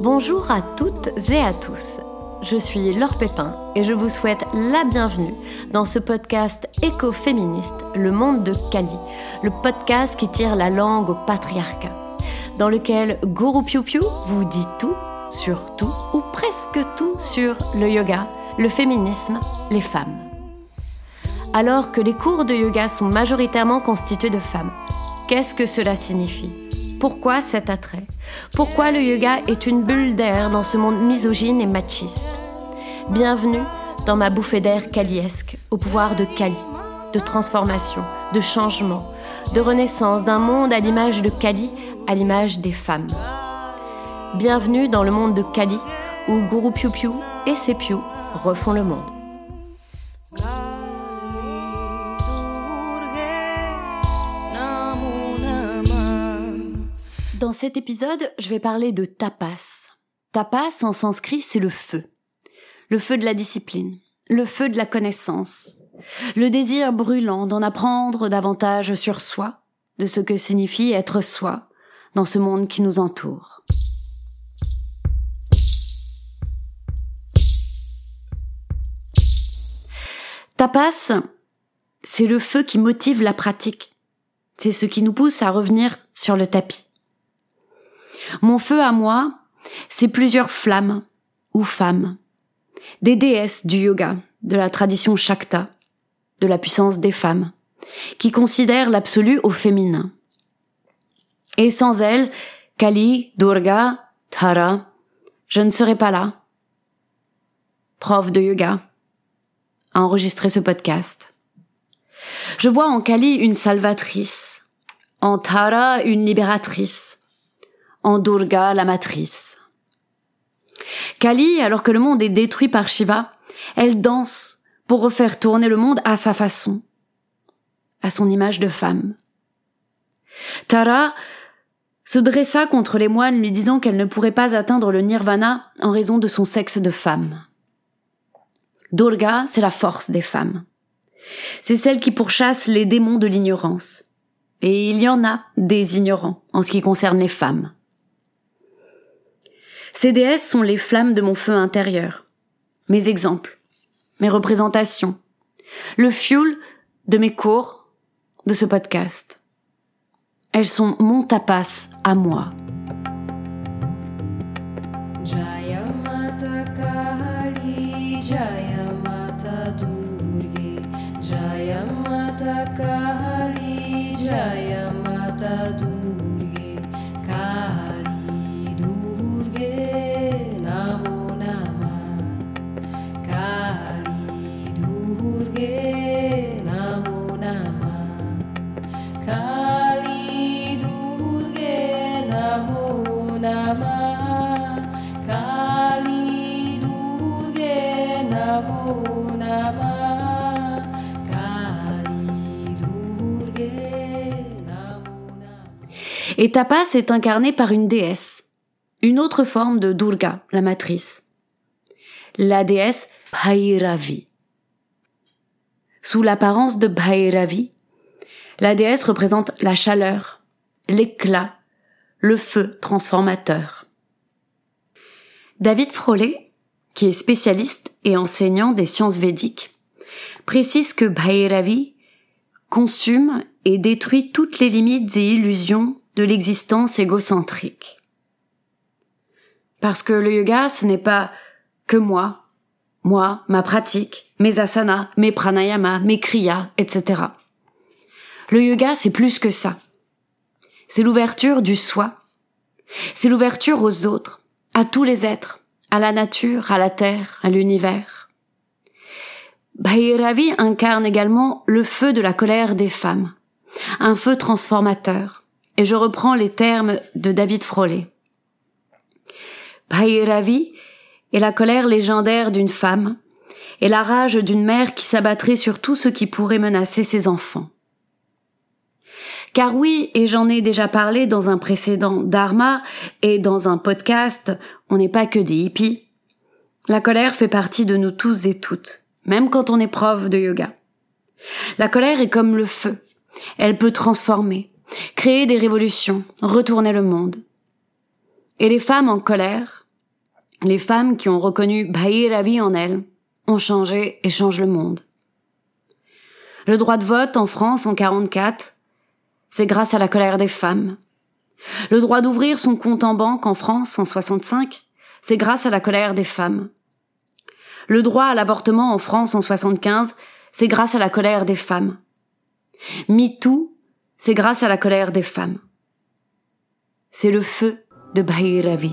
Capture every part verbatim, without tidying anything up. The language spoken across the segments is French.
Bonjour à toutes et à tous. Je suis Laure Pépin et je vous souhaite la bienvenue dans ce podcast écoféministe, Le Monde de Kali, le podcast qui tire la langue au patriarcat, dans lequel Guru Piu Piu vous dit tout, sur tout ou presque tout sur le yoga, le féminisme, les femmes. Alors que les cours de yoga sont majoritairement constitués de femmes, qu'est-ce que cela signifie ? Pourquoi cet attrait ? Pourquoi le yoga est une bulle d'air dans ce monde misogyne et machiste ? Bienvenue dans ma bouffée d'air kaliesque, au pouvoir de Kali, de transformation, de changement, de renaissance d'un monde à l'image de Kali, à l'image des femmes. Bienvenue dans le monde de Kali, où Guru Piu Piu et ses Piu refont le monde. Dans cet épisode, je vais parler de tapas. Tapas, en sanskrit, c'est le feu. Le feu de la discipline, le feu de la connaissance, le désir brûlant d'en apprendre davantage sur soi, de ce que signifie être soi dans ce monde qui nous entoure. Tapas, c'est le feu qui motive la pratique. C'est ce qui nous pousse à revenir sur le tapis. Mon feu à moi, c'est plusieurs flammes ou femmes, des déesses du yoga, de la tradition Shakta, de la puissance des femmes, qui considèrent l'absolu au féminin. Et sans elles, Kali, Durga, Tara, je ne serais pas là, prof de yoga, à enregistrer ce podcast. Je vois en Kali une salvatrice, en Tara une libératrice, en Durga la matrice. Kali, alors que le monde est détruit par Shiva, elle danse pour refaire tourner le monde à sa façon, à son image de femme. Tara se dressa contre les moines lui disant qu'elle ne pourrait pas atteindre le nirvana en raison de son sexe de femme. Durga, c'est la force des femmes. C'est celle qui pourchasse les démons de l'ignorance. Et il y en a des ignorants en ce qui concerne les femmes. Ces déesses sont les flammes de mon feu intérieur, mes exemples, mes représentations, le fuel de mes cours, de ce podcast. Elles sont mon tapas à moi. Jaya Mata Kali, Jaya Mata Durge, Jaya Mata Kali, Jaya Mata Durge, Kali. Et Tapas est incarné par une déesse, une autre forme de Durga, la matrice, la déesse Bhairavi. Sous l'apparence de Bhairavi, la déesse représente la chaleur, l'éclat, le feu transformateur. David Froley, qui est spécialiste et enseignant des sciences védiques, précise que Bhairavi consume et détruit toutes les limites et illusions de l'existence égocentrique. Parce que le yoga, ce n'est pas que moi, moi, ma pratique, mes asanas, mes pranayamas, mes kriyas, et cetera. Le yoga, c'est plus que ça. C'est l'ouverture du soi. C'est l'ouverture aux autres, à tous les êtres, à la nature, à la terre, à l'univers. Bhairavi incarne également le feu de la colère des femmes, un feu transformateur. Et je reprends les termes de David Froley. Bhairavi est la colère légendaire d'une femme et la rage d'une mère qui s'abattrait sur tout ce qui pourrait menacer ses enfants. Car oui, et j'en ai déjà parlé dans un précédent Dharma et dans un podcast, on n'est pas que des hippies. La colère fait partie de nous tous et toutes, même quand on est prof de yoga. La colère est comme le feu. Elle peut transformer, créer des révolutions, retourner le monde. Et les femmes en colère, Les femmes qui ont reconnu Bhairavi en elles ont changé et changent le monde. Le droit de vote en France en quarante-quatre, c'est grâce à la colère des femmes. Le droit d'ouvrir son compte en banque en France en soixante-cinq, c'est grâce à la colère des femmes. Le droit à l'avortement en France en soixante-quinze, c'est grâce à la colère des femmes. MeToo, c'est grâce à la colère des femmes. C'est le feu de Bhairavi.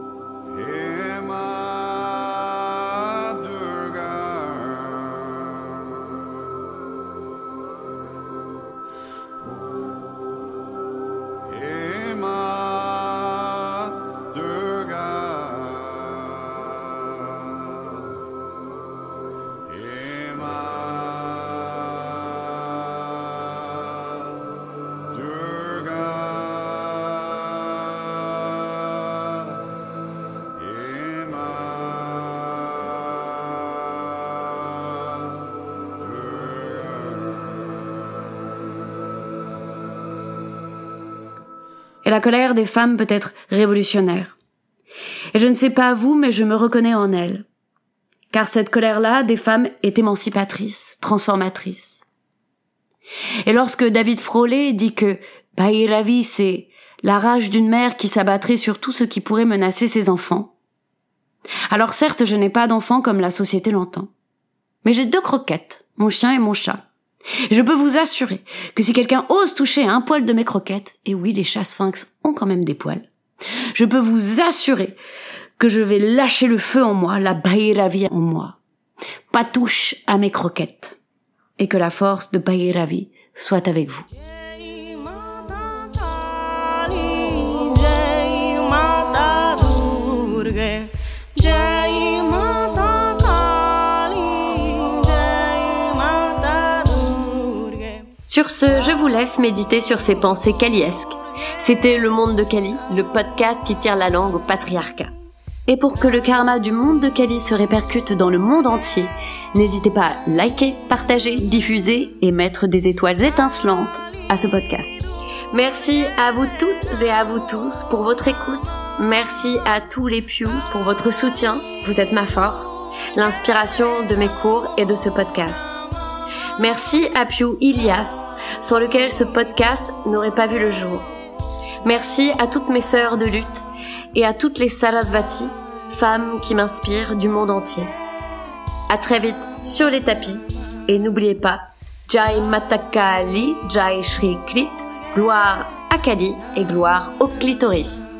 Et la colère des femmes peut être révolutionnaire. Et je ne sais pas vous, mais je me reconnais en elle. Car cette colère-là des femmes est émancipatrice, transformatrice. Et lorsque David Froley dit que Bhairavi, c'est la rage d'une mère qui s'abattrait sur tout ce qui pourrait menacer ses enfants, alors certes, je n'ai pas d'enfants comme la société l'entend. Mais j'ai deux croquettes, mon chien et mon chat. Et je peux vous assurer que si quelqu'un ose toucher un poil de mes croquettes, et oui, les chats sphinx ont quand même des poils, je peux vous assurer que je vais lâcher le feu en moi, la Bhairavi en moi. Pas touche à mes croquettes. Et que la force de Bhairavi soit avec vous. Sur ce, je vous laisse méditer sur ces pensées kaliesques. C'était Le Monde de Kali, le podcast qui tire la langue au patriarcat. Et pour que le karma du monde de Kali se répercute dans le monde entier, n'hésitez pas à liker, partager, diffuser et mettre des étoiles étincelantes à ce podcast. Merci à vous toutes et à vous tous pour votre écoute. Merci à tous les Pew pour votre soutien. Vous êtes ma force, l'inspiration de mes cours et de ce podcast. Merci à Pew Ilias, sans lequel ce podcast n'aurait pas vu le jour. Merci à toutes mes sœurs de lutte et à toutes les Sarasvati, femmes qui m'inspirent du monde entier. À très vite sur les tapis et n'oubliez pas, Jai Mata Kali, Jai Shri Klit, gloire à Kali et gloire au clitoris.